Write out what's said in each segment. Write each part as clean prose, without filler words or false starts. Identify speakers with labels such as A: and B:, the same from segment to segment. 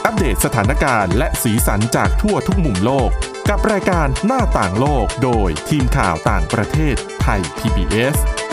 A: อัปเดตสถานการณ์และสีสันจากทั่วทุกมุมโลกกับรายการหน้าต่างโลกโดยทีมข่าวต่างประเทศไทย PBS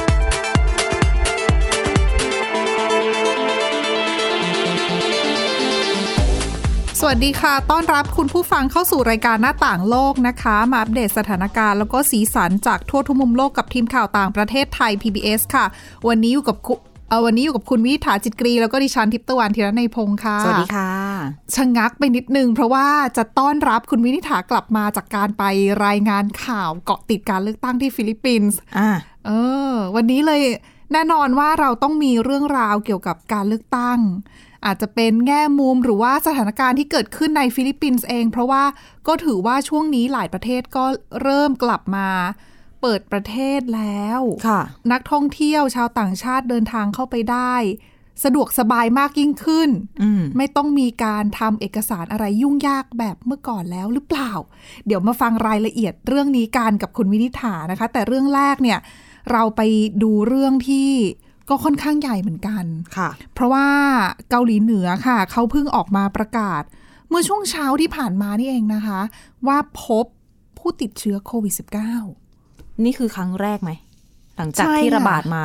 B: สวัสดีค่ะต้อนรับคุณผู้ฟังเข้าสู่รายการหน้าต่างโลกนะคะมาอัปเดตสถานการณ์แล้วก็สีสันจากทั่วทุกมุมโลกกับทีมข่าวต่างประเทศไทย PBS ค่ะวันนี้อยู่กับคุณวิถาจิตกรีแล้วก็ดิฉันทิพย์ตะวันธีรนัยพงค์ค่ะ
C: สวัสดีค่ะ
B: ชะงักไปนิดนึงเพราะว่าจะต้อนรับคุณวินิถากลับมาจากการไปรายงานข่าวเกาะติดการเลือกตั้งที่ฟิลิปปินส์วันนี้เลยแน่นอนว่าเราต้องมีเรื่องราวเกี่ยวกับการเลือกตั้งอาจจะเป็นแง่มุมหรือว่าสถานการณ์ที่เกิดขึ้นในฟิลิปปินส์เองเพราะว่าก็ถือว่าช่วงนี้หลายประเทศก็เริ่มกลับมาเปิดประเทศแล้วนักท่องเที่ยวชาวต่างชาติเดินทางเข้าไปได้สะดวกสบายมากยิ่งขึ้นไม่ต้องมีการทำเอกสารอะไรยุ่งยากแบบเมื่อก่อนแล้วหรือเปล่าเดี๋ยวมาฟังรายละเอียดเรื่องนี้กันกับคุณวินิฐานะคะแต่เรื่องแรกเนี่ยเราไปดูเรื่องที่ก็ค่อนข้างใหญ่เหมือนกัน
C: ค่ะ
B: เพราะว่าเกาหลีเหนือค่ะเขาเพิ่งออกมาประกาศเมื่อช่วงเช้าที่ผ่านมานี่เองนะคะว่าพบผู้ติดเชื้อโควิด -19
C: นี่คือครั้งแรกไหมหลังจากที่ระบาดมา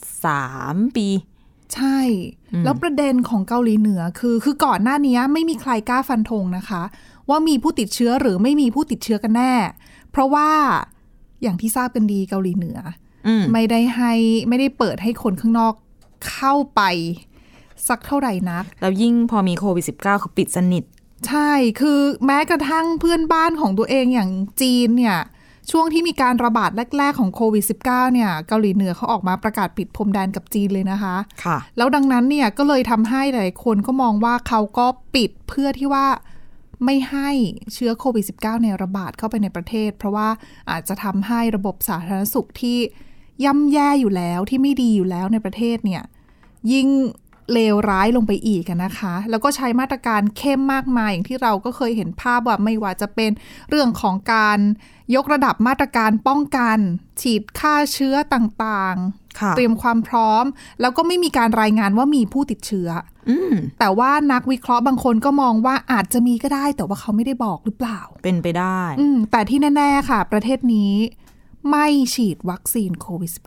C: 3 ปี
B: ใช่แล้วประเด็นของเกาหลีเหนือคือก่อนหน้านี้ไม่มีใครกล้าฟันธงนะคะว่ามีผู้ติดเชื้อหรือไม่มีผู้ติดเชื้อกันแน่เพราะว่าอย่างที่ทราบกันดีเกาหลีเหนือไม่ได้เปิดให้คนข้างนอกเข้าไปสักเท่าไหร่นัก
C: แล้วยิ่งพอมีโควิด -19 คือปิดสนิท
B: ใช่คือแม้กระทั่งเพื่อนบ้านของตัวเองอย่างจีนเนี่ยช่วงที่มีการระบาดแรกๆของโควิด -19 เนี่ยเกาหลีเหนือเขาออกมาประกาศปิดพรมแดนกับจีนเลยนะคะ
C: ค่ะ
B: แล้วดังนั้นเนี่ยก็เลยทำให้หลายคนก็มองว่าเขาก็ปิดเพื่อที่ว่าไม่ให้เชื้อโควิด -19 เนี่ยระบาดเข้าไปในประเทศเพราะว่าอาจจะทำให้ระบบสาธารณสุขที่ย่ำแย่อยู่แล้วที่ไม่ดีอยู่แล้วในประเทศเนี่ยยิ่งเลวร้ายลงไปอีกนะคะแล้วก็ใช้มาตรการเข้มมากมายอย่างที่เราก็เคยเห็นภาพว่าไม่ว่าจะเป็นเรื่องของการยกระดับมาตรการป้องกันฉีดฆ่าเชื้อต่างๆเตรียมความพร้อมแล้วก็ไม่มีการรายงานว่ามีผู้ติดเชื้อแต่ว่านักวิเคราะห์บางคนก็มองว่าอาจจะมีก็ได้แต่ว่าเขาไม่ได้บอกหรือเปล่า
C: เป็นไปได้
B: แต่ที่แน่ๆค่ะประเทศนี้ไม่ฉีดวัคซีนโควิด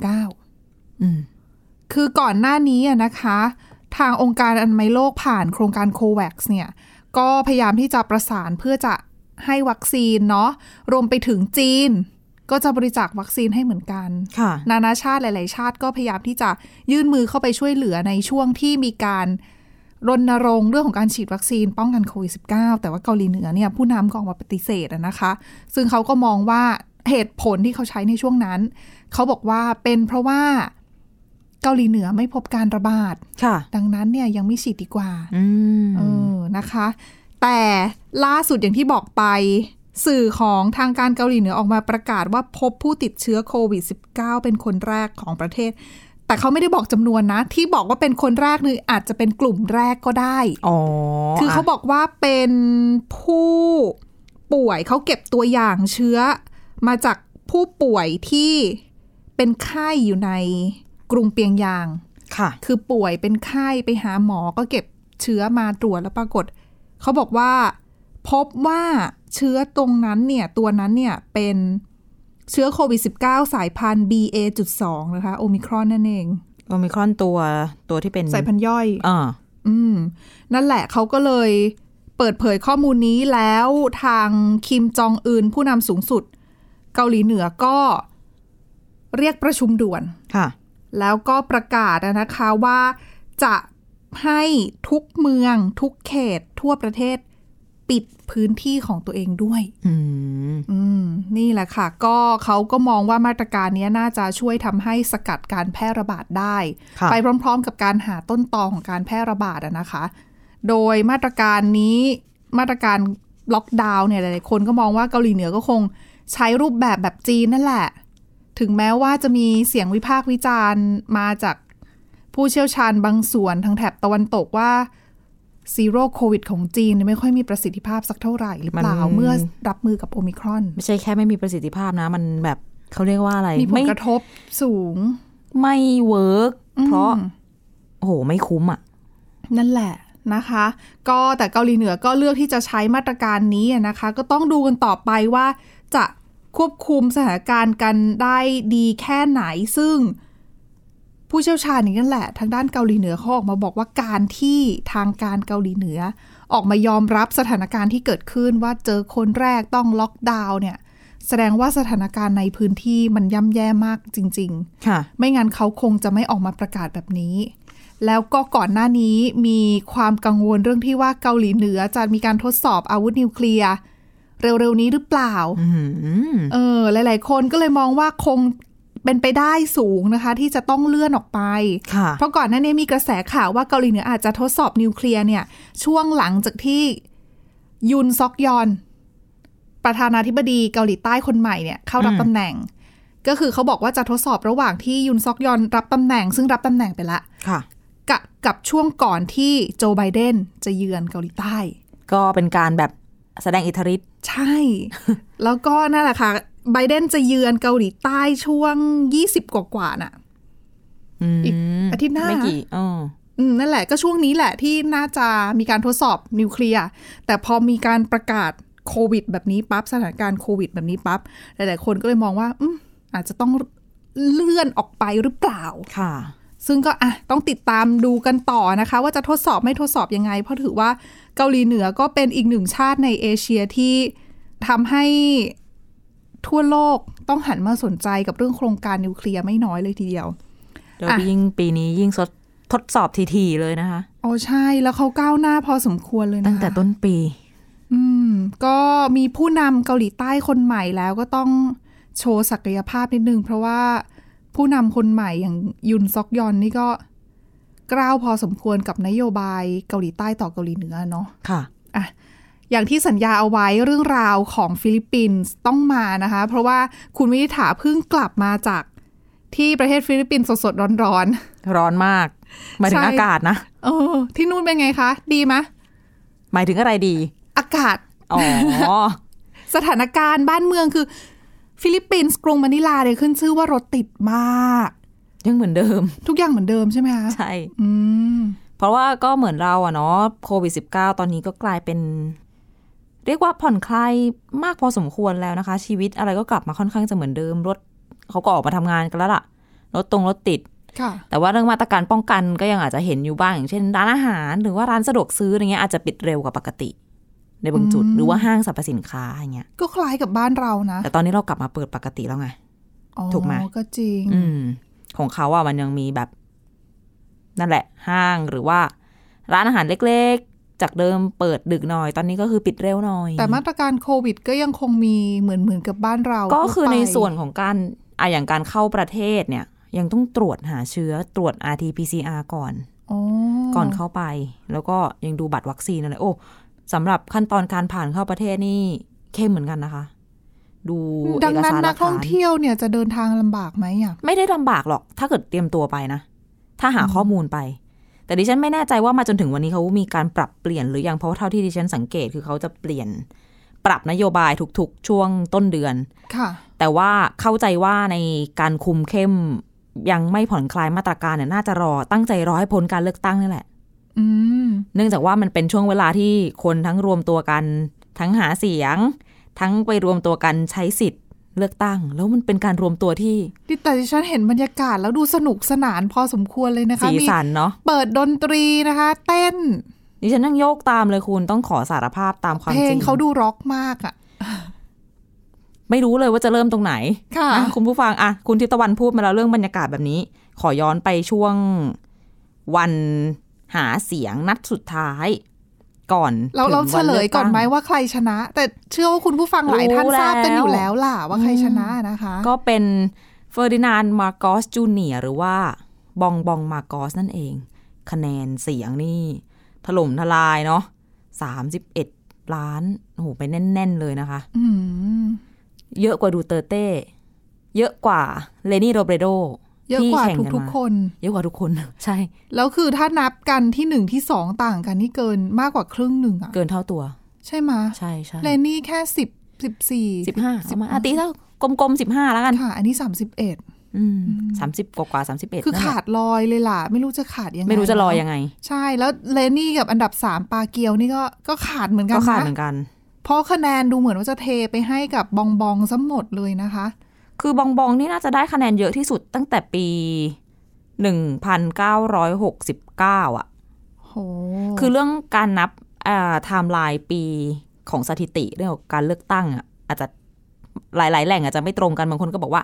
B: -19 คือก่อนหน้านี้นะคะทางองค์การอนามัยโลกผ่านโครงการโควัคซ์เนี่ยก็พยายามที่จะประสานเพื่อจะให้วัคซีนเนาะรวมไปถึงจีนก็จะบริจาควัคซีนให้เหมือนกันนานาชาติหลายๆชาติก็พยายามที่จะยื่นมือเข้าไปช่วยเหลือในช่วงที่มีการรณรงค์เรื่องของการฉีดวัคซีนป้องกันโควิด -19 แต่ว่าเกาหลีเหนือเนี่ยผู้นำก็ออกมาปฏิเสธนะคะซึ่งเขาก็มองว่าเหตุผลที่เขาใช้ในช่วงนั้นเขาบอกว่าเป็นเพราะว่าเกาหลีเหนือไม่พบการระบาดดังนั้นเนี่ยยังไม่ฉีดดีกว่านะคะแต่ล่าสุดอย่างที่บอกไปสื่อของทางการเกาหลีเหนือออกมาประกาศว่าพบผู้ติดเชื้อโควิด -19 เป็นคนแรกของประเทศแต่เขาไม่ได้บอกจำนวนนะที่บอกว่าเป็นคนแรกนี่อาจจะเป็นกลุ่มแรกก็ได้คือเขาบอกว่าเป็นผู้ป่วยเขาเก็บตัวอย่างเชื้อมาจากผู้ป่วยที่เป็นไข้อยู่ในกรุงเปียงยางคือป่วยเป็นไข้ไปหาหมอก็เก็บเชื้อมาตรวจแล้วปรากฏเขาบอกว่าพบว่าเชื้อตรงนั้นเนี่ยตัวนั้นเนี่ยเป็นเชื้อโควิด -19 สายพันธุ์ BA.2 นะคะโอมิครอนนั่นเอง
C: โอมิครอนตัวที่เป็น
B: สายพันธุ์ย่อยนั่นแหละเขาก็เลยเปิดเผยข้อมูลนี้แล้วทางคิมจองอึนผู้นำสูงสุดเกาหลีเหนือก็เรียกประชุมด่วนแล้วก็ประกาศนะคะว่าจะให้ทุกเมืองทุกเขตทั่วประเทศปิดพื้นที่ของตัวเองด้วยนี่แหละค่ะก็เขาก็มองว่ามาตรการนี้น่าจะช่วยทำให้สกัดการแพร่ระบาดได้ไปพร้อมๆกับการหาต้นตอของการแพร่ระบาดนะคะโดยมาตรการนี้มาตรการล็อกดาวน์เนี่ยหลายๆคนก็มองว่าเกาหลีเหนือก็คงใช้รูปแบบจีนนั่นแหละถึงแม้ว่าจะมีเสียงวิพากษ์วิจารณ์มาจากผู้เชี่ยวชาญบางส่วนทางแถบตะวันตกว่าซีโร่โควิดของจีนไม่ค่อยมีประสิทธิภาพสักเท่าไหร่หรือเปล่าเมื่อรับมือกับโอมิครอน
C: ไม่ใช่แค่ไม่มีประสิทธิภาพนะมันแบบเขาเรียกว่าอะไร
B: มีผลกระทบสูง
C: ไม่เวิร์กเพราะโอ้โหไม่คุ้มอ่ะ
B: นั่นแหละนะคะก็แต่เกาหลีเหนือก็เลือกที่จะใช้มาตรการนี้นะคะก็ต้องดูกันต่อไปว่าจะควบคุมสถานการณ์กันได้ดีแค่ไหนซึ่งผู้เชี่ยวชาญนี่นั่นแหละทางด้านเกาหลีเหนือเขาออกมาบอกว่าการที่ทางการเกาหลีเหนือออกมายอมรับสถานการณ์ที่เกิดขึ้นว่าเจอคนแรกต้องล็อกดาวน์เนี่ยแสดงว่าสถานการณ์ในพื้นที่มันย่ำแย่มากจริงๆค่ะไม่งั้นเขาคงจะไม่ออกมาประกาศแบบนี้แล้วก็ก่อนหน้านี้มีความกังวลเรื่องที่ว่าเกาหลีเหนือจะมีการทดสอบอาวุธนิวเคลียร์เร็วๆนี้หรือเปล่าหลายๆคนก็เลยมองว่าคงเป็นไปได้สูงนะคะที่จะต้องเลื่อนออกไปเพราะก่อนหน้านี้มีกระแสข่าวว่าเกาหลีเหนืออาจจะทดสอบนิวเคลียร์เนี่ยช่วงหลังจากที่ยุนซอกยอนประธานาธิบดีเกาหลีใต้คนใหม่เนี่ยเข้ารับตำแหน่งก็คือเขาบอกว่าจะทดสอบระหว่างที่ยุนซอกยอนรับตำแหน่งซึ่งรับตำแหน่งไปละกับช่วงก่อนที่โจไบเดนจะเยือนเกาหลีใต้
C: ก็เป็นการแบบแสดงอิทธิฤทธิ์
B: ใช่ แล้วก็นั่นแหละค่ะไบเดนจะเยือนเกาหลีใต้ช่วง20กว่าน่ะอีกอาทิตย์หน้า
C: ไม่กี่
B: นั่นแหละก็ช่วงนี้แหละที่น่าจะมีการทดสอบนิวเคลียร์แต่พอมีการประกาศโควิดแบบนี้ปั๊บสถานการณ์โควิดแบบนี้ปั๊บหลายๆคนก็เลยมองว่าอาจจะต้องเลื่อนออกไปหรือเปล่า
C: ค่ะ
B: ซึ่งก็ต้องติดตามดูกันต่อนะคะว่าจะทดสอบไม่ทดสอบยังไงเพราะถือว่าเกาหลีเหนือก็เป็นอีกหนึ่งชาติในเอเชียที่ทำให้ทั่วโลกต้องหันมาสนใจกับเรื่องโครงการนิวเคลียร์ไม่น้อยเลยทีเดียว
C: โดยยิ่งปีนี้ยิ่งทดสอบทีๆเลยนะคะ
B: อ๋อใช่แล้วเขาก้าวหน้าพอสมควรเลยนะคะ
C: ตั้งแต่ต้นปี
B: ก็มีผู้นำเกาหลีใต้คนใหม่แล้วก็ต้องโชว์ศักยภาพนิดนึงเพราะว่าผู้นำคนใหม่อย่างยุนซอกยอนนี่ก็กล้าวพอสมควรกับนโยบายเกาหลีใต้ต่อเกาหลีเหนือเนาะ
C: ค่ะ
B: อย่างที่สัญญาเอาไว้เรื่องราวของฟิลิปปินส์ต้องมานะคะเพราะว่าคุณวินิฐาเพิ่งกลับมาจากที่ประเทศฟิลิปปินส์สดๆร้อน
C: มากหมายถึงอากาศนะ
B: ที่นู่นเป็นไงคะดีไหม
C: หมายถึงอะไรดี
B: อากาศสถานการณ์บ้านเมืองคือฟิลิปปินส์กรุงมะนิลาเนี่ยขึ้นชื่อว่ารถติดมาก
C: ยังเหมือนเดิม
B: ทุกอย่างเหมือนเดิมใช่ไหมคะ
C: ใช่เพราะว่าก็เหมือนเราเนาะโควิด -19 ตอนนี้ก็กลายเป็นเรียกว่าผ่อนคลายมากพอสมควรแล้วนะคะชีวิตอะไรก็กลับมาค่อนข้างจะเหมือนเดิมรถเขาก็ออกมาทำงานกันแล้วล่ะรถติดแต่ว่าเรื่องมาตรการป้องกันก็ยังอาจจะเห็นอยู่บ้างอย่างเช่นร้านอาหารหรือว่าร้านสะดวกซื้ออะไรเงี้ยอาจจะปิดเร็วกว่าปกติในบางจุดหรือว่าห้างสรรพสินค้าอย่างเงี้ย
B: ก็คล้ายกับบ้านเรานะ
C: แต่ตอนนี้เรากลับมาเปิดปกติแล้วไงถูกไหม
B: ก็จริง
C: ของเขาว่ามันยังมีแบบนั่นแหละห้างหรือว่าร้านอาหารเล็กๆจากเดิมเปิดดึกหน่อยตอนนี้ก็คือปิดเร็วหน่อย
B: แต่มาตรการโควิดก็ยังคงมีเหมือนกับบ้านเรา
C: ก็คือในส่วนของการอย่างการเข้าประเทศเนี่ยยังต้องตรวจหาเชื้อตรวจ RT-PCR ก่อนเข้าไปแล้วก็ยังดูบัตรวัคซีนอะไรสำหรับขั้นตอนการผ่านเข้าประเทศนี่เข้มเหมือนกันนะคะดู
B: ดังนั้นนักท่องเที่ยวเนี่ยจะเดินทางลำบากไหม
C: ไม่ได้ลำบากหรอกถ้าเกิดเตรียมตัวไปนะถ้าหาข้อมูลไปแต่ดิฉันไม่แน่ใจว่ามาจนถึงวันนี้เขามีการปรับเปลี่ยนหรือยังเพราะเท่าที่ดิฉันสังเกตคือเขาจะปรับนโยบายทุกๆช่วงต้นเดือน
B: ค่ะ
C: แต่ว่าเข้าใจว่าในการคุมเข้มยังไม่ผ่อนคลายมาตรการเนี่ยน่าจะตั้งใจรอให้พ้นการเลือกตั้งนี่แหละเนื่องจากว่ามันเป็นช่วงเวลาที่คนทั้งรวมตัวกันทั้งหาเสียงทั้งไปรวมตัวกันใช้สิทธิ์เลือกตั้งแล้วมันเป็นการรวมตัวที่
B: แต่ดิฉันเห็นบรรยากาศแล้วดูสนุกสนานพอสมควรเลยนะคะ
C: สีสันเนาะ
B: เปิดดนตรีนะคะเต้น
C: ดิฉันนั่งโยกตามเลยคุณต้องขอสารภาพตามความจริง
B: เพลงเขาดูร็อกมาก
C: ไม่รู้เลยว่าจะเริ่มตรงไหนคุณผู้ฟังคุณทิพย์ตะวันพูดมาแล้วเรื่องบรรยากาศแบบนี้ขอย้อนไปช่วงวันหาเสียงนัดสุดท้ายก่อน
B: เราเฉลยก่อนไหมว่าใครชนะแต่เชื่อว่าคุณผู้ฟังหลายท่านทราบกันอยู่แล้วล่ะว่าใครชนะนะคะ
C: ก็เป็นเฟอร์ดินานด์มาโกสจูเนียร์หรือว่าบองมาโกสนั่นเองคะแนนเสียงนี่ถล่มทลายเนาะ31 ล้านโอ้โหไปแน่นๆเลยนะคะเยอะกว่าดูเตอร์เต้เยอะกว่าเลนี่โรเบโด
B: เยอะกว่าทุกคน
C: เยอะกว่าทุกคนใช่
B: แล้วคือถ้านับกันที่1ที่2ต่างกันนี่เกินมากกว่าครึ่งหนึ่ง
C: เกินเท่าตัว
B: ใช่ไหม
C: ใช่ใช่
B: เลนี่แค่10 14
C: 15ประมาณตีเท่ากลมๆ15แล้วกัน
B: ค่ะอันนี้31
C: 30 กว่า31
B: คือขาดลอยเลยล่ะไม่รู้จะขาดยังไง
C: ไม่รู้จะลอยยังไง
B: ใช่แล้วเลนี่กับอันดับ3ปาเกียวนี่ก็ขาดเหมือนกันนะ
C: ก็ขาดเหมือนกัน
B: เพราะคะแนนดูเหมือนว่าจะเทไปให้กับบองบองซะหมดเลยนะคะ
C: คือบองบองนี่น่าจะได้คะแนนเยอะที่สุดตั้งแต่ปี1969อ่ะ
B: โห
C: คือเรื่องการนับไทม์ไลน์ปีของสถิติเรื่องของการเลือกตั้งอ่ะอาจจะหลายๆแหล่งอาจจะไม่ตรงกันบางคนก็บอกว่า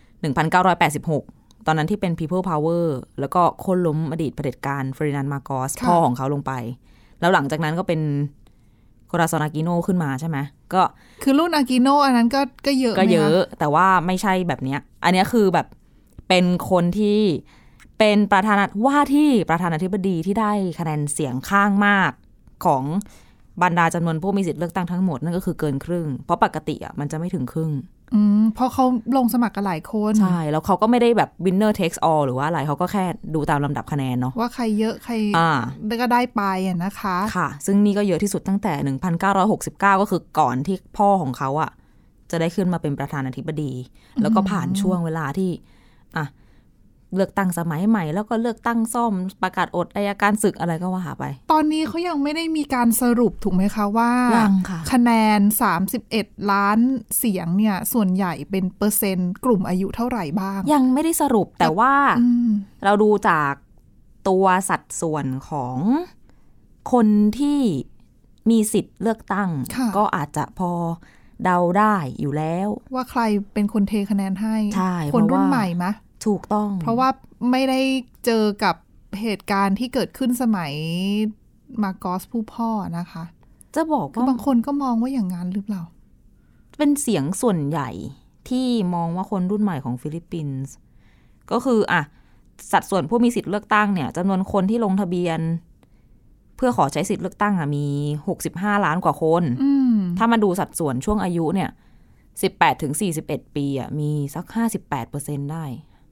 C: 1986ตอนนั้นที่เป็น People Power แล้วก็โค่นล้มอดีตเผด็จการเฟอร์ดินานด์มาโกสพ่อของเขาลงไปแล้วหลังจากนั้นก็เป็นโคราซอนอากิโนขึ้นมาใช่ไหมก็
B: คือรุ่นอากิโนอันนั้นก็เยอะ
C: ก็เยอะแต่ว่าไม่ใช่แบบเนี้ยอันนี้คือแบบเป็นคนที่เป็นว่าที่ประธานาธิบดีที่ได้คะแนนเสียงข้างมากของบรรดาจำนวนผู้มีสิทธิ์เลือกตั้งทั้งหมดนั่นก็คือเกินครึ่งเพราะปกติอ่ะมันจะไม่ถึงครึ่ง
B: เพราะเขาลงสมัครกันหลายคน
C: ใช่แล้วเขาก็ไม่ได้แบบ winner takes all หรือว่าอะไรเขาก็แค่ดูตามลำดับคะแนนเนาะ
B: ว่าใครเยอะใครก็ได้ไปนะคะ
C: ค่ะซึ่งนี่ก็เยอะที่สุดตั้งแต่1969ก็คือก่อนที่พ่อของเขาอ่ะจะได้ขึ้นมาเป็นประธานาธิบดีแล้วก็ผ่านช่วงเวลาที่เลือกตั้งสมัยใหม่แล้วก็เลือกตั้งซ่อมประกาศอดอัยการศึกอะไรก็ว่าไป
B: ตอนนี้เขายังไม่ได้มีการสรุปถูกไหมคะว่าคะแนน31ล้านเสียงเนี่ยส่วนใหญ่เป็นเปอร์เซ็นต์กลุ่มอายุเท่าไหร่บ้าง
C: ยังไม่ได้สรุปแต่ว่าเราดูจากตัวสัดส่วนของคนที่มีสิทธิ์เลือกตั้งก็อาจจะพอเดาได้อยู่แล้ว
B: ว่าใครเป็นคนเทคะแนนให้
C: คน
B: รุ่นใหม่ไหม
C: ถูกต้อง
B: เพราะว่าไม่ได้เจอกับเหตุการณ์ที่เกิดขึ้นสมัยมาโกสผู้พ่อนะคะ
C: จะบอกว่า
B: บางคนก็มองว่าอย่างนั้นหรือเปล่า
C: เป็นเสียงส่วนใหญ่ที่มองว่าคนรุ่นใหม่ของฟิลิปปินส์ก็คือสัดส่วนผู้มีสิทธิ์เลือกตั้งเนี่ยจำนวนคนที่ลงทะเบียนเพื่อขอใช้สิทธิ์เลือกตั้งมี65ล้านกว่าคนถ้ามาดูสัดส่วนช่วงอายุเนี่ย18ถึง41ปีมีสัก 58% ได้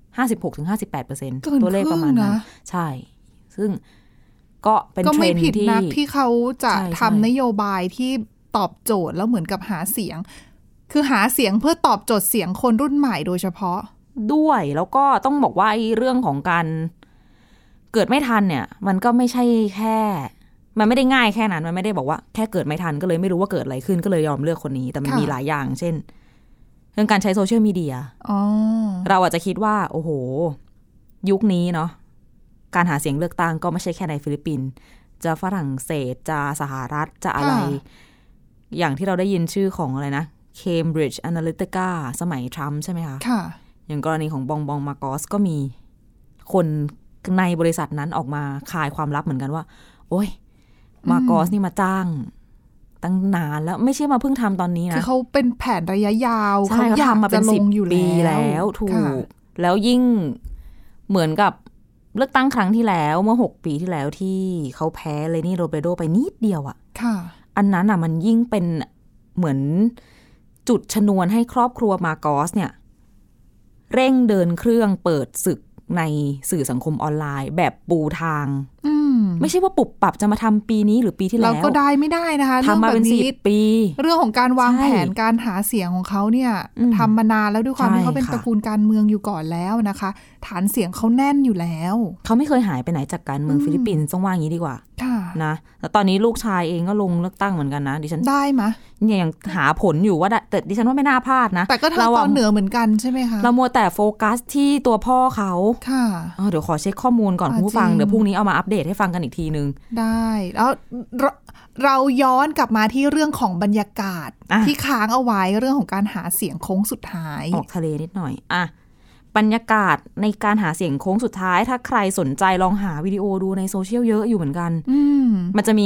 C: 56-58% ตัวเลขประมาณนั้นใช่ซึ่งก็เป็นเทรนด์
B: ที่เขาจะทำนโยบายที่ตอบโจทย์แล้วเหมือนกับหาเสียงคือหาเสียงเพื่อตอบโจทย์เสียงคนรุ่นใหม่โดยเฉพาะ
C: ด้วยแล้วก็ต้องบอกว่าเรื่องของการเกิดไม่ทันเนี่ยมันก็ไม่ใช่แค่มันไม่ได้ง่ายแค่นั้นมันไม่ได้บอกว่าแค่เกิดไม่ทันก็เลยไม่รู้ว่าเกิดอะไรขึ้นก็เลยยอมเลือกคนนี้แต่มันมีหลายอย่างเช่นเรื่องการใช้โซเชียลมีเดียเราอาจจะคิดว่าโอ้โหยุคนี้เนาะการหาเสียงเลือกตั้งก็ไม่ใช่แค่ในฟิลิปปินส์จะฝรั่งเศสจะสหรัฐจะอะไรอย่างที่เราได้ยินชื่อของอะไรนะ Cambridge Analytica สมัยทรัมป์ใช่ไหมคะ
B: ค่ะ
C: อย่างกรณีของบองบองมาโกสก็มีคนในบริษัทนั้นออกมาคายความลับเหมือนกันว่าโอ้ยมาโกสนี่มาจ้างตั้งนานแล้วไม่ใช่มาเพิ่งทำตอนนี้นะ
B: คือเขาเป็นแผนระยะยาว
C: เขาอยากมาเป็น10 ปีแล้วถูกแล้วยิ่งเหมือนกับเลือกตั้งครั้งที่แล้วเมื่อ6 ปีที่แล้วที่เขาแพ้เลนี่โรเบโดไปนิดเดียวอันนั้นมันยิ่งเป็นเหมือนจุดชนวนให้ครอบครัวมาโกสเนี่ยเร่งเดินเครื่องเปิดศึกในสื่อสังคมออนไลน์แบบปูทางไม่ใช่ว่าปุบปับจะมาทำปีนี้หรือปีที่แล้วเรา
B: ก็ได้ไม่ได้นะคะ
C: ทำมาเป็น10 ปี
B: เรื่องของการวางแผนการหาเสียงของเขาเนี่ยทำมานานแล้วด้วยความที่เขาเป็นตระกูลการเมืองอยู่ก่อนแล้วนะคะฐานเสียงเขาแน่นอยู่แล้ว
C: เขาไม่เคยหายไปไหนจากการเมืองฟิลิปปินส์ต้องว่าอย่างนี้ดีกว่านะแล้วตอนนี้ลูกชายเองก็ลงเลือกตั้งเหมือนกันนะดิฉัน
B: ได้ไหม
C: เนี่ยยังหาผลอยู่ว่าแต่ดิฉันว่าไม่น่าพลาดนะ
B: แต่ก็ทางตอนเหนือเหมือนกันใช่ไหมคะ
C: เรามัวแต่โฟกัสที่ตัวพ่อเขา
B: ค่ะ
C: เดี๋ยวขอเช็คข้อมูลก่อนคุณผู้ฟังเดี๋ยวพรุ่งนี้เอามาอัปเดตให้ฟังกันอีกทีนึง
B: ได้แล้วเราย้อนกลับมาที่เรื่องของบรรยากาศที่ค้างเอาไว้เรื่องของการหาเสียงโค้งสุดท้าย
C: ออกทะเลนิดหน่อยบรรยากาศในการหาเสียงโค้งสุดท้ายถ้าใครสนใจลองหาวิดีโอดูในโซเชียลเยอะอยู่เหมือนกันมันจะมี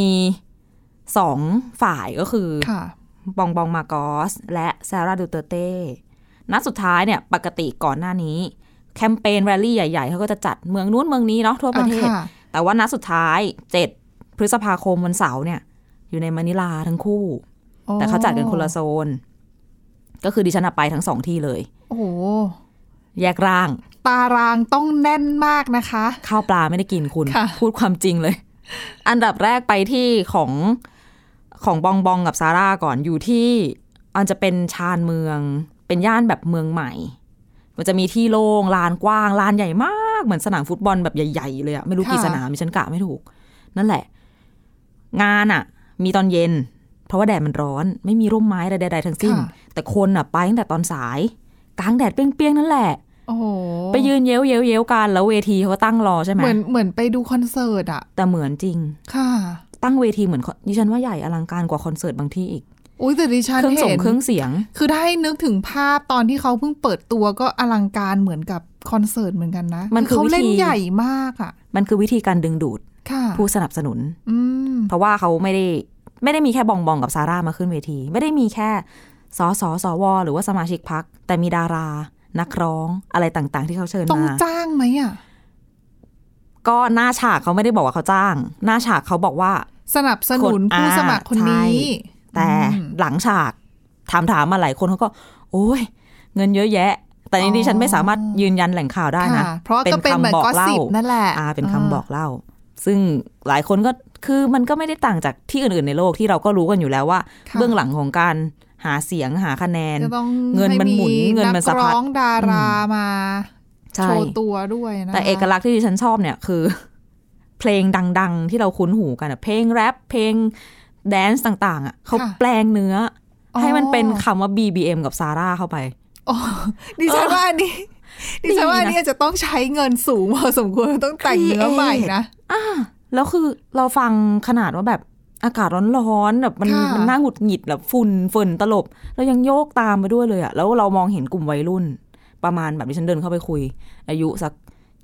C: 2ฝ่ายก็คือบองบองมาโกสและซาร่าดูเตอร์เต้นัดสุดท้ายเนี่ยปกติก่อนหน้านี้แคมเปญแรลลี่ใหญ่ๆเขาก็จะจัดเมืองนู้นเมืองนี้เนาะทั่วประเทศแต่ว่านัดสุดท้าย7 พฤษภาคมวันเสาร์เนี่ยอยู่ในมะนิลาทั้งคู่แต่เขาจัดกันคนละโซนก็คือดิฉันไปทั้ง2ที่เลย
B: โอ้
C: แยกร่าง
B: ตารางต้องแน่นมากนะคะ
C: ข้าวปลาไม่ได้กินคุณพูดความจริงเลยอันดับแรกไปที่ของบองบองกับซาร่าก่อนอยู่ที่อันจะเป็นชานเมืองเป็นย่านแบบเมืองใหม่มันจะมีที่โล่งลานกว้างลานใหญ่มากเหมือนสนามฟุตบอลแบบใหญ่ๆเลยอะไม่รู้กี่สนามฉันกะไม่ถูกนั่นแหละงานอะมีตอนเย็นเพราะว่าแดดมันร้อนไม่มีร่มไม้ใดๆทั้งสิ้นแต่คนอะไปตั้งแต่ตอนสายกลางแดดเปรี้ยงๆนั่นแหละไปยืนเย้วๆกันแล้วเวทีเขาตั้งรอใช่ไหม
B: เหมือนไปดูคอนเสิร์ตอะ
C: แต่เหมือนจริง
B: ค่ะ
C: ตั้งเวทีเหมือนดิฉันว่าใหญ่อลังการกว่าคอนเสิร์ตบางที่อีก
B: อุ้ยแต่ดิฉันเห็น
C: เครื่องเสียง
B: คือถ้าให้นึกถึงภาพตอนที่เขาเพิ่งเปิดตัวก็อลังการเหมือนกับคอนเสิร์ตเหมือนกันนะ
C: มัน
B: เขาเล่นใหญ่มากอ่ะ
C: มันคือวิธีการดึงดูดผู้สนับสนุนเพราะว่าเขาไม่ได้มีแค่บองกับซาร่ามาขึ้นเวทีไม่ได้มีแค่สวหรือว่าสมาชิกพรรคแต่มีดารานักร้องอะไรต่างๆที่เขาเชิญมา
B: ต้องจ้างไหมอ่ะ
C: ก็หน้าฉากเขาไม่ได้บอกว่าเขาจ้างหน้าฉากเขาบอกว่า
B: สนับสนุนผู้สมัครคนนี้
C: แต่หลังฉากถามมาหลายคนเขาก็โอ้ยเงินเยอะแยะแต่นี่ดิฉันไม่สามารถยืนยันแหล่งข่าวได้นะ
B: เพราะก็เป็นคำบอกเล่านั่นแหละ
C: เป็นคำบอกเล่าซึ่งหลายคนก็คือมันก็ไม่ได้ต่างจากที่อื่นๆในโลกที่เราก็รู้กันอยู่แล้วว่าเบื้องหลังของการหาเสียงหาคะแนนเงินมันหมุนเงินมันสะพัด
B: นักร้องดารามาโชว์ตัวด้วยนะ
C: แต่เอกลักษณ์ที่ดิฉันชอบเนี่ยคือเพลงดังๆที่เราคุ้นหูกันเพลงแรปเพลงแดนซ์ต่างๆอ่ะเขาแปลงเนื้อให้มันเป็นคำว่า BBM กับซาร่าเข้าไป
B: ดิฉันว่าอันนี้จะต้องใช้เงินสูงพอสมควรต้องแต่งเนื้อใหม่นะ
C: แล้วคือเราฟังขนาดว่าแบบอากาศร้อนๆแบบมันน่าหงุดหงิดแบบฝุ่นตลบแล้วยังโยกตามไปด้วยเลยอ่ะแล้วเรามองเห็นกลุ่มวัยรุ่นประมาณแบบที่ฉันเดินเข้าไปคุยอายุสัก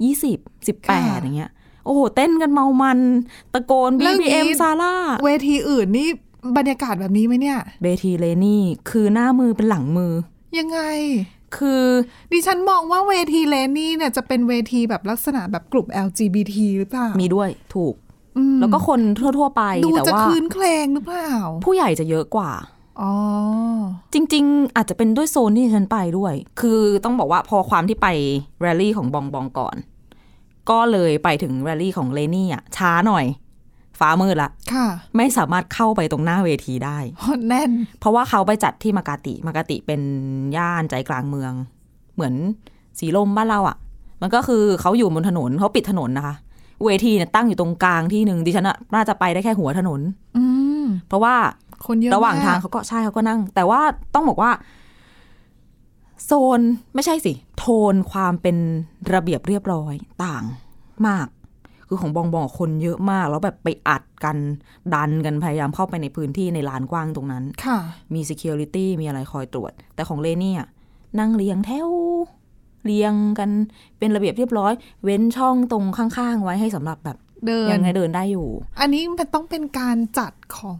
C: 20-18อย่างเงี้ยโอ้โหเต้นกันเมามันตะโกน BBM ซาร่า
B: เวทีอื่นนี่บรรยากาศแบบนี้ไหมเนี่ย
C: เวทีเลนี่คือหน้ามือเป็นหลังมือ
B: ยังไง
C: คือ
B: ดิฉันมองว่าเวทีเลนี่เนี่ยจะเป็นเวทีแบบลักษณะแบบกลุ่ม LGBT หรือเปล่า
C: มีด้วยถูกแล้วก็คนทั่วๆไป
B: ดูจะคลื่นเคลงหรือเปล่า
C: ผู้ใหญ่จะเยอะกว่าจริงๆอาจจะเป็นด้วยโซนที่ฉันไปด้วยคือต้องบอกว่าพอความที่ไปแรลลี่ของบองก่อนก็เลยไปถึงแรลลี่ของเลนี่อ่ะช้าหน่อยฟ้ามืดละไม่สามารถเข้าไปตรงหน้าเวทีได้
B: แน่น
C: เพราะว่าเขาไปจัดที่มากาติเป็นย่านใจกลางเมืองเหมือนสีลมบ้านเราอ่ะมันก็คือเขาอยู่บนถนนเขาปิดถนนนะคะเวทีเนี่ยตั้งอยู่ตรงกลางที่หนึ่งดิฉันน่าจะไปได้แค่หัวถนนเพราะว่า
B: คนเยอะ
C: ระหว่างทางเขาก็นั่งแต่ว่าต้องบอกว่าโซนไม่ใช่สิโทนความเป็นระเบียบเรียบร้อยต่างมากคือของบองคนเยอะมากแล้วแบบไปอัดกันดันกันพยายามเข้าไปในพื้นที่ในลานกว้างตรงนั้นมี security มีอะไรคอยตรวจแต่ของเลนี่นั่งเรียงแถวเรียงกันเป็นระเบียบเรียบร้อยเว้นช่องตรงข้างๆไว้ให้สำหรับแบบยังไงเดินได้อยู่
B: อันนี้มันต้องเป็นการจัดของ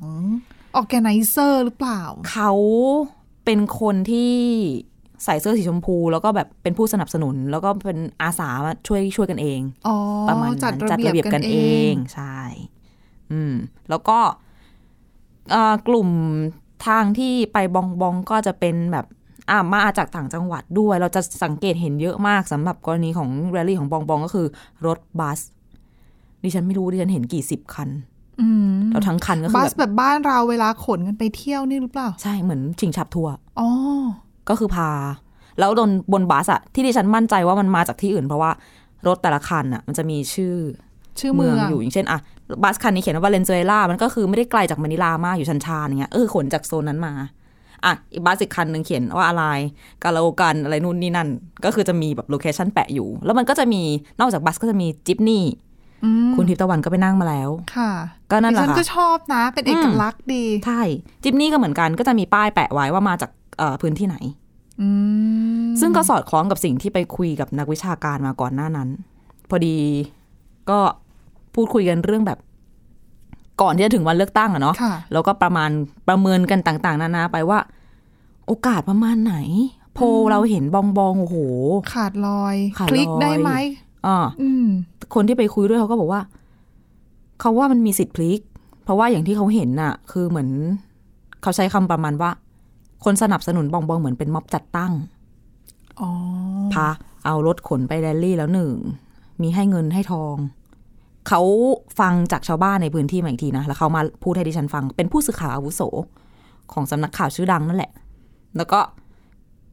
B: organizer หรือเปล่า
C: เขาเป็นคนที่ใส่เสื้อสีชมพูแล้วก็แบบเป็นผู้สนับสนุนแล้วก็เป็นอาสามาช่วยกันเองประมาณนั้นจัดระเบียบกันเองใช่แล้วก็กลุ่มทางที่ไปบองก็จะเป็นแบบมาจากต่างจังหวัดด้วยเราจะสังเกตเห็นเยอะมากสำหรับกรณีของแรลลี่ของบองก็คือรถบัสดิฉันไม่รู้ดิฉันเห็นกี่สิบคันแล้วทั้งคันก็คือ
B: บัสแบบบ้านเราเวลาขนกันไปเที่ยวนี่หรือเปล่า
C: ใช่เหมือนชิงฉับทัวร์ก็คือพาแล้วบนบัสที่ดิฉันมั่นใจว่ามันมาจากที่อื่นเพราะว่ารถแต่ละคันมันจะมีชื่อเมืองอยู่อย่างเช่นบัสคันนี้เขียนว่าวาเลนซุเอลามันก็คือไม่ได้ไกลจากมะนิลามากอยู่ชันชานอย่างเงี้ยขนจากโซนนั้นมาอีกบัสอีกคันนึงเขียนว่าอะไรกาลาโอกันอะไรนู่นนี่นั่นก็คือจะมีแบบโลเคชั่นแปะอยู่แล้วมันก็จะมีนอกจากบัสก็จะมีจิ๊ปนี่คุณทิพย์ตะวันก็ไปนั่งมาแล้ว
B: ค่ะ
C: ก็นั่นแหละค่ะ
B: ฉันก็ชอบนะเป็นเอกลักษณ์ดี
C: ใช่จิ๊ปนี่ก็เหมือนกันก็จะมีป้ายแปะไว้ว่ามาจากพื้นที่ไหนซึ่งก็สอดคล้องกับสิ่งที่ไปคุยกับนักวิชาการมาก่อนหน้านั้นพอดีก็พูดคุยกันเรื่องแบบก่อนที่จะถึงวันเลือกตั้งเนาะแล้วก็ประเมินกันต่างๆนานาไปว่าโอกาสประมาณไหนโพเราเห็นบองโอ้โห
B: ขาดลอยคลิกได้ไหม
C: คนที่ไปคุยด้วยเขาก็บอกว่าเขาว่ามันมีสิทธิ์พลิกเพราะว่าอย่างที่เขาเห็นคือเหมือนเขาใช้คำประมาณว่าคนสนับสนุนบองเหมือนเป็นม็อบจัดตั้งพาเอารถขนไปแรลลี่แล้วมีให้เงินให้ทองเขาฟังจากชาวบ้านในพื้นที่มาอีกทีนะแล้วเขามาพูดให้ดิฉันฟังเป็นผู้สื่อข่าวอาวุโสของสำนักข่าวชื่อดังนั่นแหละแล้วก็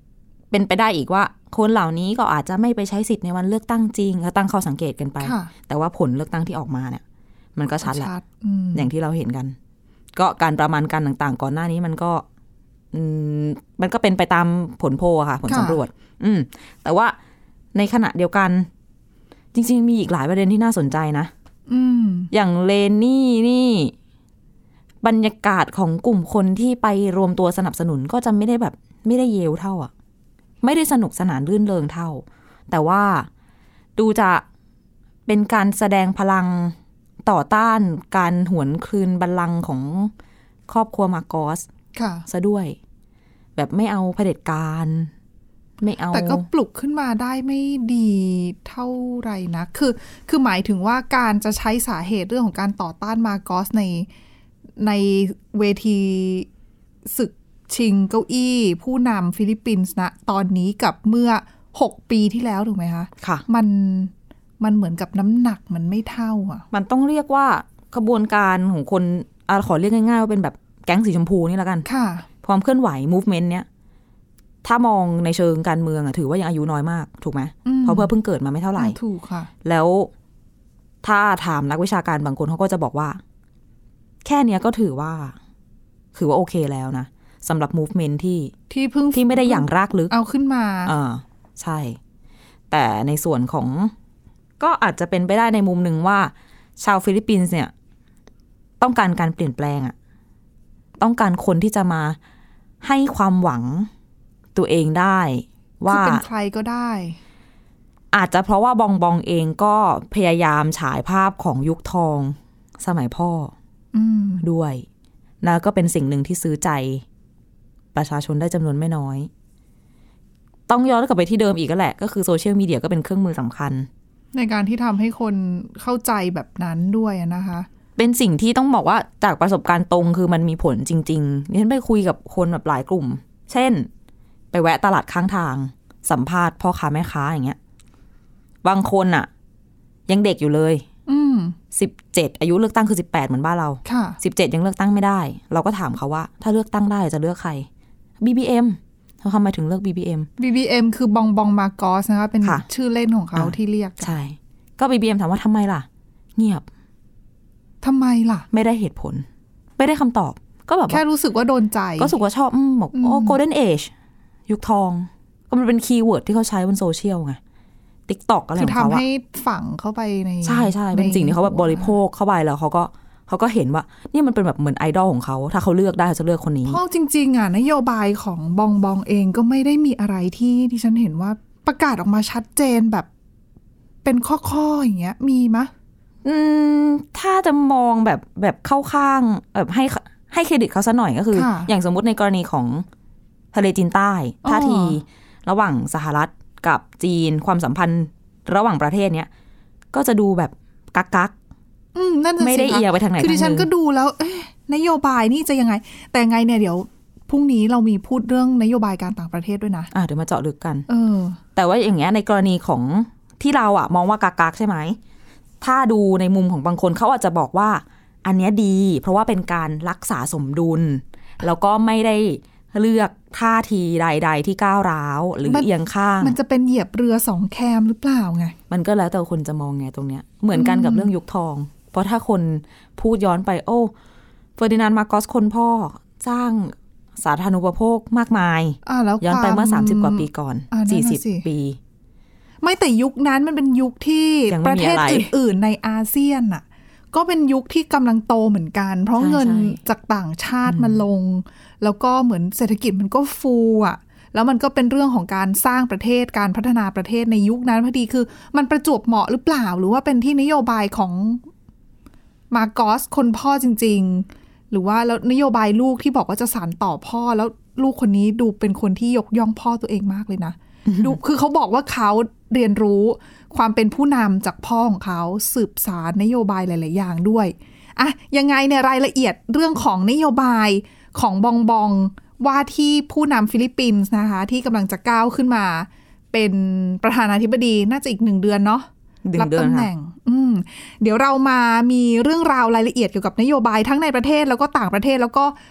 C: เป็นไปได้อีกว่าคนเหล่านี้ก็อาจจะไม่ไปใช้สิทธิ์ในวันเลือกตั้งจริงก็ตั้งข้อสังเกตกันไปแต่ว่าผลเลือกตั้งที่ออกมาเนี่ยมันก็ชัดแหละอย่างที่เราเห็นกันก็การประมาณการต่างๆก่อนหน้านี้มันก็เป็นไปตามผลโพลค่ะผลสำรวจแต่ว่าในขณะเดียวกันจริงๆมีอีกหลายประเด็นที่น่าสนใจนะอย่างเลนนี่บรรยากาศของกลุ่มคนที่ไปรวมตัวสนับสนุนก็จะไม่ได้เยลเท่าไม่ได้สนุกสนานรื่นเริงเท่าแต่ว่าดูจะเป็นการแสดงพลังต่อต้านการหวนคืนบัลลังก์ของครอบครัวมาโกสซะด้วยแบบไม่เอาเผด็จการไม่เอา
B: แต่ก็ปลุกขึ้นมาได้ไม่ดีเท่าไรนะคือหมายถึงว่าการจะใช้สาเหตุเรื่องของการต่อต้านมาโกสในเวทีศึกชิงเก้าอี้ผู้นำฟิลิปปินส์นะตอนนี้กับเมื่อ6 ปีที่แล้วถูกไหมคะ
C: ค่ะ
B: มันเหมือนกับน้ำหนักมันไม่เท่า
C: มันต้องเรียกว่าขบวนการของคนขอเรียกง่ายๆว่าเป็นแบบแก๊งสีชมพูนี่แล้วกัน
B: ค่ะ
C: ความเคลื่อนไหว movement เนี้ยถ้ามองในเชิงการเมืองถือว่ายังอายุน้อยมากถูกไหมเพราะเพิ่งเกิดมาไม่เท่าไหร่
B: ถูกค่ะ
C: แล้วถ้าถามนักวิชาการบางคนเขาก็จะบอกว่าแค่เนี้ยก็ถือว่าโอเคแล้วนะสำหรับ movement ที่ไม่ได้อย่างรากลึก
B: เอาขึ้นมา
C: ใช่แต่ในส่วนของก็อาจจะเป็นไปได้ในมุมหนึ่งว่าชาวฟิลิปปินส์เนี่ยต้องการการเปลี่ยนแปลงต้องการคนที่จะมาให้ความหวังตัวเองได้ว่า
B: เป็นใครก็ได้
C: อาจจะเพราะว่าบองเองก็พยายามฉายภาพของยุคทองสมัยพ่อด้วยแล้วก็เป็นสิ่งหนึ่งที่ซื้อใจประชาชนได้จำนวนไม่น้อยต้องย้อนกลับไปที่เดิมอีกก็แหละก็คือโซเชียลมีเดียก็เป็นเครื่องมือสำคัญ
B: ในการที่ทำให้คนเข้าใจแบบนั้นด้วยนะคะ
C: เป็นสิ่งที่ต้องบอกว่าจากประสบการณ์ตรงคือมันมีผลจริงๆฉันไปคุยกับคนแบบหลายกลุ่มเช่นไปแวะตลาดข้างทางสัมภาษณ์พ่อค้าแม่ค้าอย่างเงี้ยบางคนยังเด็กอยู่เลย17อายุเลือกตั้งคือ18เหมือนบ้านเรา17ยังเลือกตั้งไม่ได้เราก็ถามเขาว่าถ้าเลือกตั้งได้จะเลือกใคร BBM เขาทำไมถึงเลือก
B: BBM คือบองมาโกสนะคะเป็นชื่อเล่นของเขาที่เรียก
C: ใช่ก็ BBM ถามว่าทำไมล่ะเงียบ
B: ทำไมล่ะ
C: ไม่ได้เหตุผลไม่ได้คำตอบก็แบบ
B: แค่รู้สึกว่าโดนใจ
C: ก็รู้สึกว่าชอบบอกโอ้ Golden Age ยุคทองก็มันเป็นคีย์เวิร์ดที่เขาใช้บนโซเชียลไงTikTok อะไรของเขา
B: คือทำให้ฝังเข้าไปใน
C: ใช่ๆเป็นสิ่งที่เขาแบบบริโภคเข้าไปแล้วเขาก็เห็นว่านี่มันเป็นแบบเหมือนไอดอลของเขาถ้าเขาเลือกได้เขาจะเลือกคนนี้
B: เพราะจริงๆนโยบายของบองเองก็ไม่ได้มีอะไรที่ฉันเห็นว่าประกาศออกมาชัดเจนแบบเป็นข้อๆอย่างเงี้ยมีมะ
C: ถ้าจะมองแบบเข้าข้างแบบให้เครดิตเขาซะหน่อยก็คืออย่างสมมุติในกรณีของทะเลจีนใต้ท่าทีระหว่างสหรัฐกับจีนความสัมพันธ์ระหว่างประเทศเนี้ยก็จะดูแบบกักไม่ได้เอียงไปทางไหน
B: คือดิฉันก็ดูแล้วนโยบายนี่จะยังไงแต่ไงเนี่ยเดี๋ยวพรุ่งนี้เรามีพูดเรื่องนโยบายการต่างประเทศด้วยนะ
C: เดี๋ยวมาเจาะลึกกันแต่ว่าอย่างเงี้ยในกรณีของที่เรามองว่ากักใช่ไหมถ้าดูในมุมของบางคนเขาอาจจะบอกว่าอันเนี้ยดีเพราะว่าเป็นการรักษาสมดุลแล้วก็ไม่ได้เลือกท่าทีใดๆที่ก้าวร้าวหรือเอียงข้าง
B: มันจะเป็นเหยียบเรือ2แคมหรือเปล่าไง
C: มันก็แล้วแต่คนจะมองไงตรงเนี้ยเหมือนกันกับเรื่องยุคทองเพราะถ้าคนพูดย้อนไปเฟอร์ดินานด์มาโกสคนพ่อสร้างสาธารณูปโภคมากมายย้อนไปเมื่อ30กว่าปีก่อน40ปี
B: ไม่แต่ยุคนั้นมันเป็นยุคที่ประเทศอื่นๆในอาเซียนก็เป็นยุคที่กำลังโตเหมือนกันเพราะเงินจากต่างชาติมันลงแล้วก็เหมือนเศรษฐกิจมันก็ฟูแล้วมันก็เป็นเรื่องของการสร้างประเทศการพัฒนาประเทศในยุคนั้นพอดีคือมันประจวบเหมาะหรือเปล่าหรือว่าเป็นที่นโยบายของมาโกสคนพ่อจริงๆหรือว่าแล้วนโยบายลูกที่บอกว่าจะสานต่อพ่อแล้วลูกคนนี้ดูเป็นคนที่ยกย่องพ่อตัวเองมากเลยนะดูคือเขาบอกว่าเขาเรียนรู้ความเป็นผู้นำจากพ่อของเขาสืบสานนโยบายหลายๆอย่างด้วยยังไงเนี่ยรายละเอียดเรื่องของนโยบายของบองว่าที่ผู้นำฟิลิปปินส์นะคะที่กำลังจะก้าวขึ้นมาเป็นประธานาธิบดีน่าจะอีก1 เดือนเนาะรับตำแหน่งเดี๋ยวเรามามีเรื่องราวรายละเอียดเกี่ยวกับนโยบายทั้งในประเทศแล้วก็ต่างประเทศแล้วก็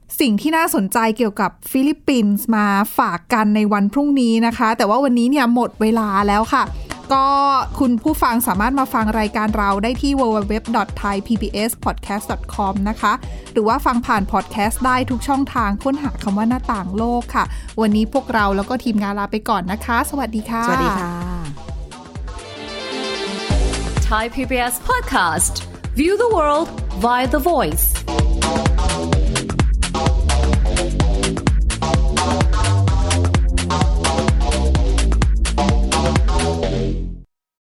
B: สิ่งที่น่าสนใจเกี่ยวกับฟิลิปปินส์มาฝากกันในวันพรุ่งนี้นะคะแต่ว่าวันนี้เนี่ยหมดเวลาแล้วค่ะก็คุณผู้ฟังสามารถมาฟังรายการเราได้ที่ www.thaipbspodcast.com นะคะหรือว่าฟังผ่านพอดแคสต์ได้ทุกช่องทางค้นหาคำว่าหน้าต่างโลกค่ะวันนี้พวกเราแล้วก็ทีมงานลาไปก่อนนะคะสวัสดีค่ะ
C: สวัสดีค่ะ
D: Thai PBS Podcast View the world via the voice